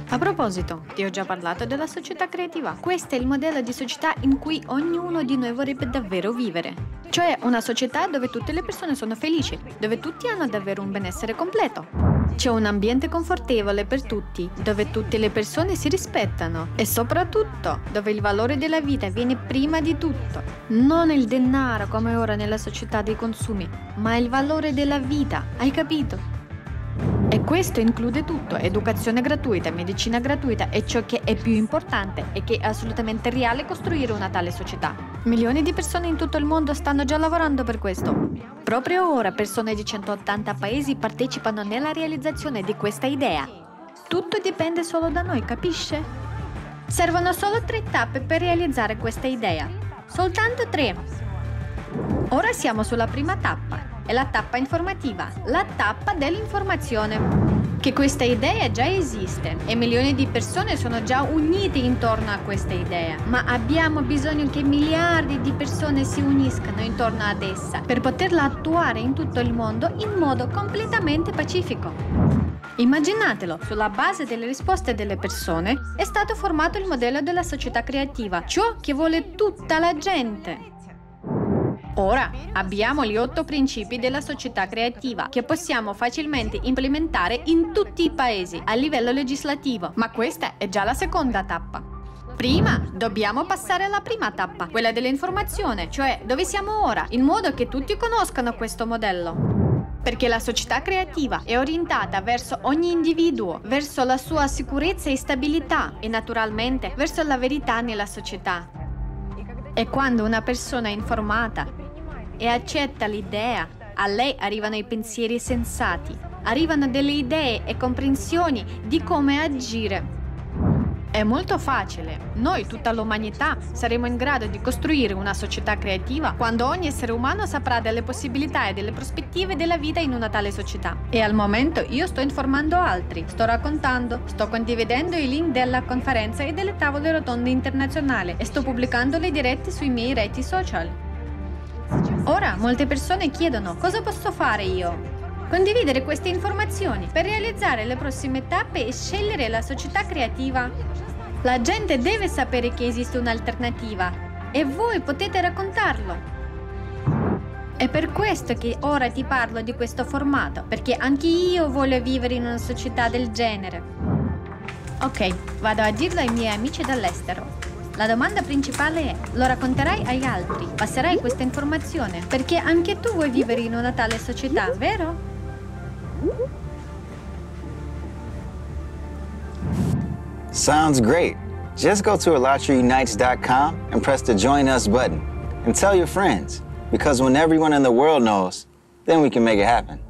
A proposito, ti ho già parlato della società creativa. Questo è il modello di società in cui ognuno di noi vorrebbe davvero vivere. Cioè una società dove tutte le persone sono felici, dove tutti hanno davvero un benessere completo. C'è un ambiente confortevole per tutti, dove tutte le persone si rispettano e soprattutto dove il valore della vita viene prima di tutto. Non il denaro come ora nella società dei consumi, ma il valore della vita, hai capito? E questo include tutto, educazione gratuita, medicina gratuita e ciò che è più importante è che è assolutamente reale costruire una tale società. Milioni di persone in tutto il mondo stanno già lavorando per questo. Proprio ora persone di 180 paesi partecipano nella realizzazione di questa idea. Tutto dipende solo da noi, capisce? Servono solo 3 tappe per realizzare questa idea. Soltanto 3. Ora siamo sulla prima tappa. È la tappa informativa, la tappa dell'informazione. Che questa idea già esiste e milioni di persone sono già unite intorno a questa idea, ma abbiamo bisogno che miliardi di persone si uniscano intorno ad essa per poterla attuare in tutto il mondo in modo completamente pacifico. Immaginatelo, sulla base delle risposte delle persone è stato formato il modello della società creativa, ciò che vuole tutta la gente. Ora abbiamo gli 8 principi della società creativa che possiamo facilmente implementare in tutti i paesi a livello legislativo, ma questa è già la seconda tappa. Prima dobbiamo passare alla prima tappa, quella dell'informazione, cioè dove siamo ora, in modo che tutti conoscano questo modello. Perché la società creativa è orientata verso ogni individuo, verso la sua sicurezza e stabilità e naturalmente verso la verità nella società. E quando una persona è informata e accetta l'idea, a lei arrivano i pensieri sensati, arrivano delle idee e comprensioni di come agire. È molto facile. Noi, tutta l'umanità, saremo in grado di costruire una società creativa quando ogni essere umano saprà delle possibilità e delle prospettive della vita in una tale società. E al momento io sto informando altri, sto raccontando, sto condividendo i link della conferenza e delle tavole rotonde internazionali e sto pubblicando le dirette sui miei reti social. Ora molte persone chiedono cosa posso fare io? Condividere queste informazioni per realizzare le prossime tappe e scegliere la società creativa. La gente deve sapere che esiste un'alternativa e voi potete raccontarlo. È per questo che ora ti parlo di questo formato, perché anche io voglio vivere in una società del genere. Ok, vado a dirlo ai miei amici dall'estero. La domanda principale è, lo racconterai agli altri, passerai questa informazione, perché anche tu vuoi vivere in una tale società, vero? Sounds great. Just go to alatraunites.com and press the Join Us button and tell your friends, because when everyone in the world knows, then we can make it happen.